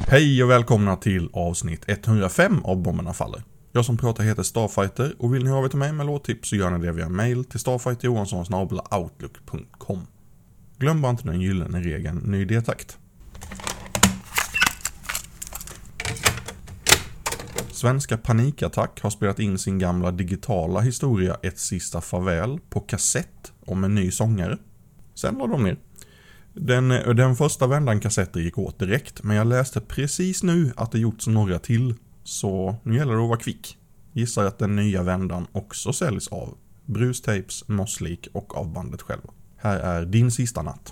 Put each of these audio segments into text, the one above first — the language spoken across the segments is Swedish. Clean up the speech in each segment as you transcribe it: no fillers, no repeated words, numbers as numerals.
Hej och välkomna till avsnitt 105 av Bomberna Faller. Jag som pratar heter Starfighter och vill ni höra till mig med låttips så gör ni det via mail till starfighterjohansson@outlook.com. Glöm bara inte den gyllene regeln ny idétakt. Svenska Panikattack har spelat in sin gamla digitala historia Ett sista farväl på kassett om en ny sångare. Sen la de ner. Den första vändan kassetter gick åt direkt, men jag läste precis nu att det gjorts några till, så nu gäller det att vara kvick. Gissar att den nya vändan också säljs av Bruce Tapes, Mossleak och av bandet själva. Här är Din sista natt.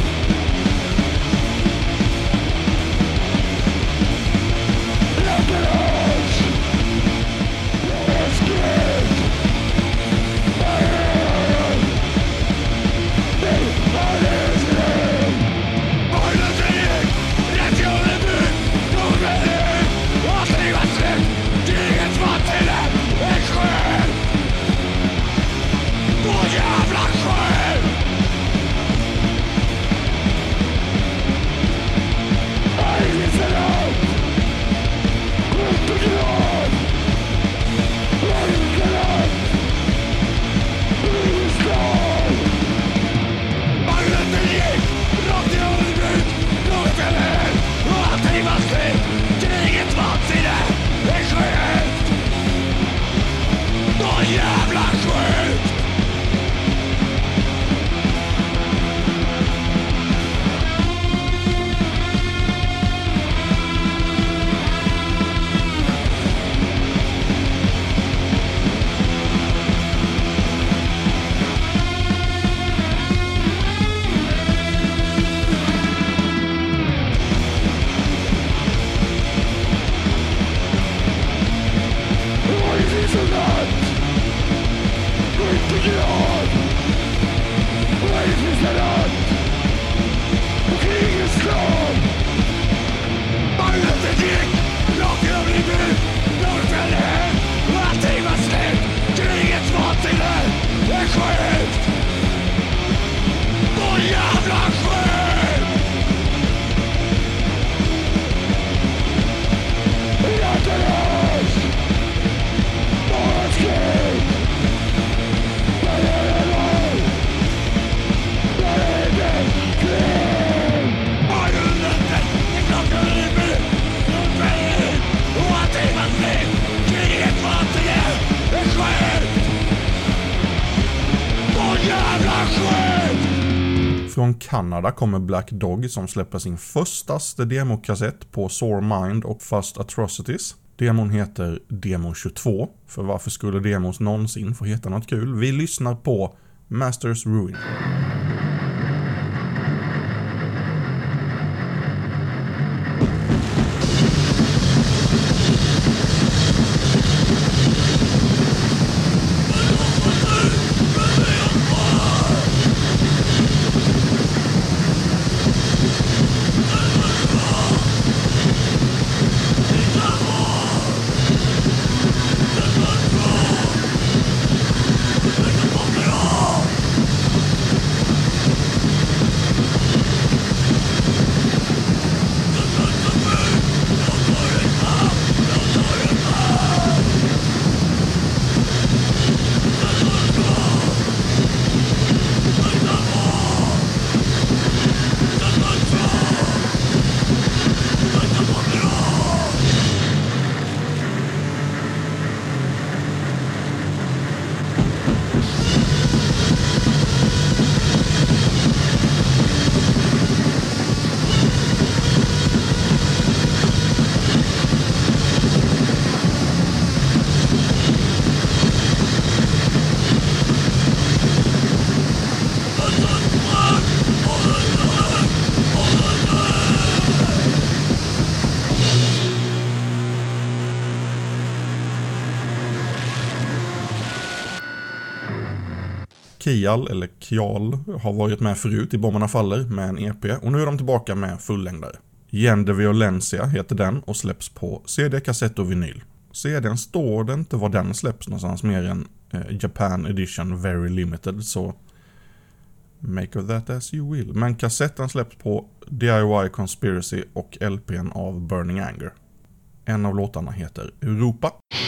Från Kanada kommer Black Dog som släpper sin förstaste demokassett på Sore Mind och Fast Atrocities. Demon heter Demo 22, för varför skulle demos någonsin få heta något kul? Vi lyssnar på Masters Ruin. Kial, eller Kial, har varit med förut i Bomberna Faller med en EP och nu är de tillbaka med fullängdare. Gender Violencia heter den och släpps på CD, kassett och vinyl. CDn står det inte var den släpps någonstans mer än Japan Edition Very Limited, så Make of that as you will. Men kassetten släpps på DIY Conspiracy och LPn av Burning Anger. En av låtarna heter Europa.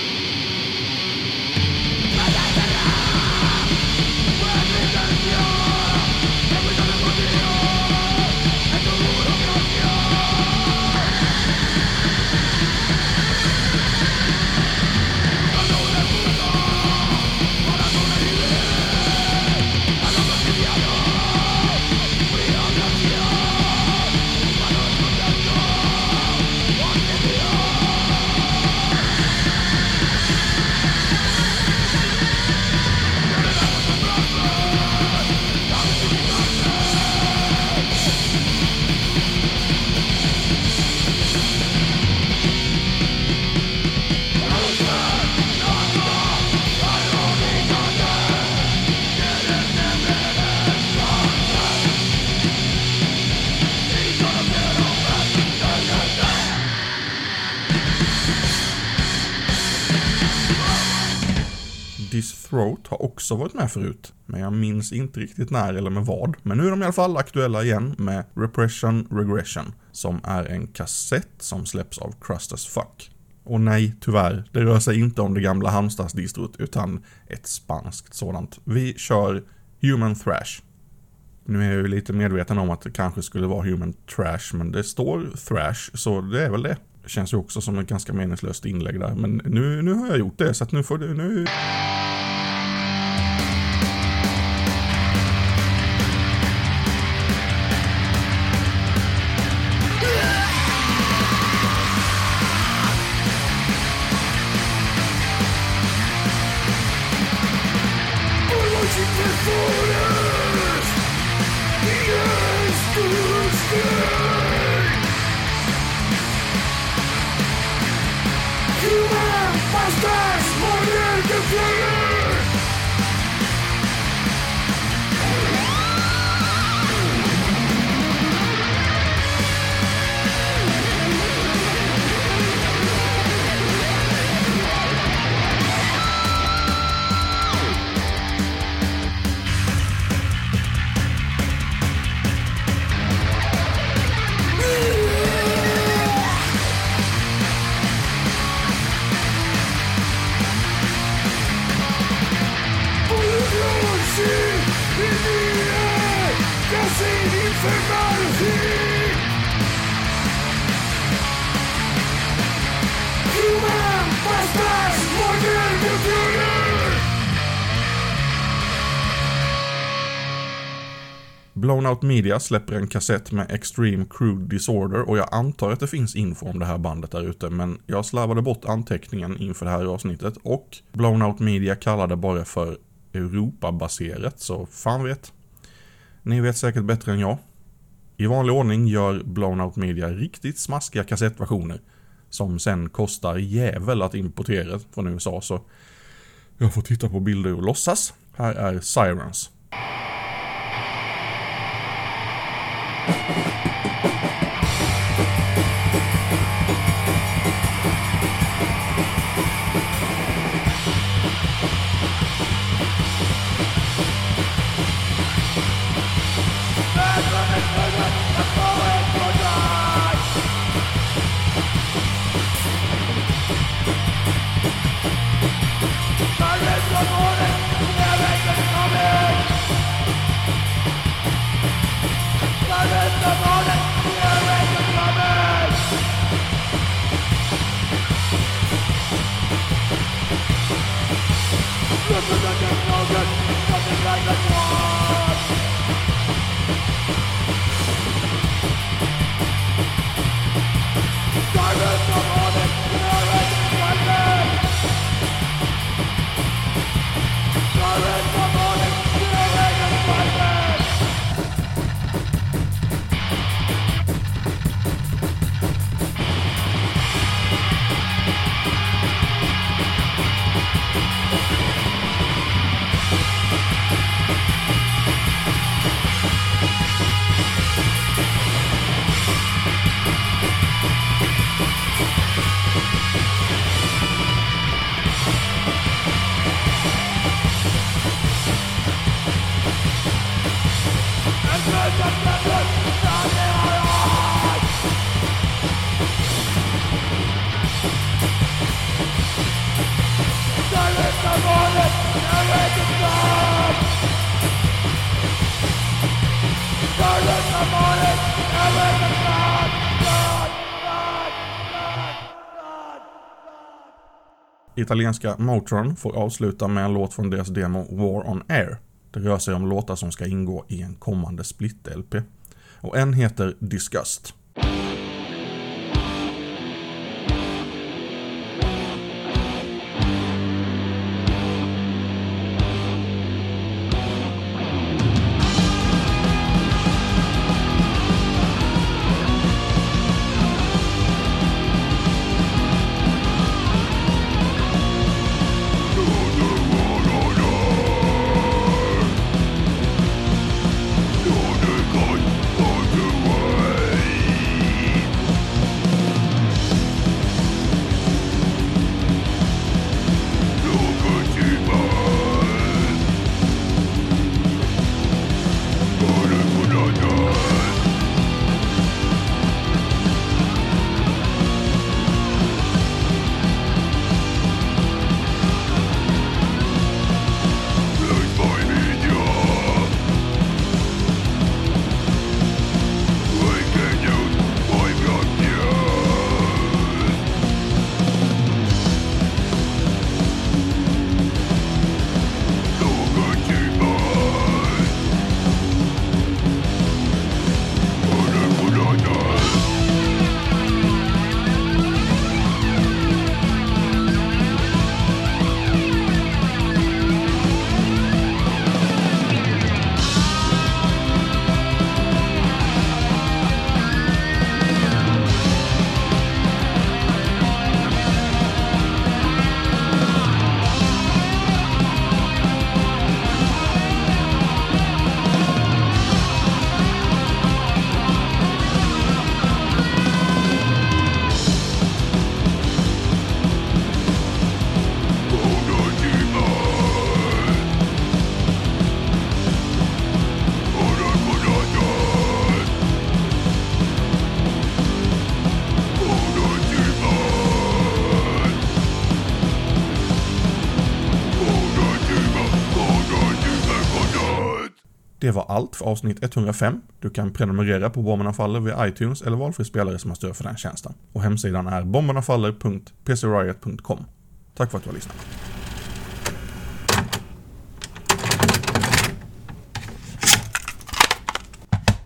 This Throat har också varit med förut, men jag minns inte riktigt när eller med vad. Men nu är de i alla fall aktuella igen med Repression Regression, som är en kassett som släpps av Crust as Fuck. Och nej, tyvärr, det rör sig inte om det gamla Halmstads-distrot utan ett spanskt sådant. Vi kör Human Thrash. Nu är jag ju lite medveten om att det kanske skulle vara Human Trash, men det står Thrash, så det är väl det. Det känns ju också som ett ganska meningslöst inlägg där, men nu har jag gjort det, så att nu får du... Blown Out Media släpper en kassett med Extreme Crude Disorder och jag antar att det finns info om det här bandet där ute, men jag slarvade bort anteckningen inför det här avsnittet och Blown Out Media kallar det bara för Europa-baserat, så fan vet. Ni vet säkert bättre än jag. I vanlig ordning gör Blown Out Media riktigt smaskiga kassettversioner som sen kostar jävel att importera från USA, så jag får titta på bilder och låtsas. Här är Sirens. Come Italienska Motörhead får avsluta med en låt från deras demo War on Air. Det rör sig om låtar som ska ingå i en kommande split-LP. Och en heter Disgust. Det var allt för avsnitt 105. Du kan prenumerera på Bomberna Faller via iTunes eller valfri spelare som har stöd för den tjänsten. Och hemsidan är bombernafaller.pcriot.com. Tack för att du har lyssnat.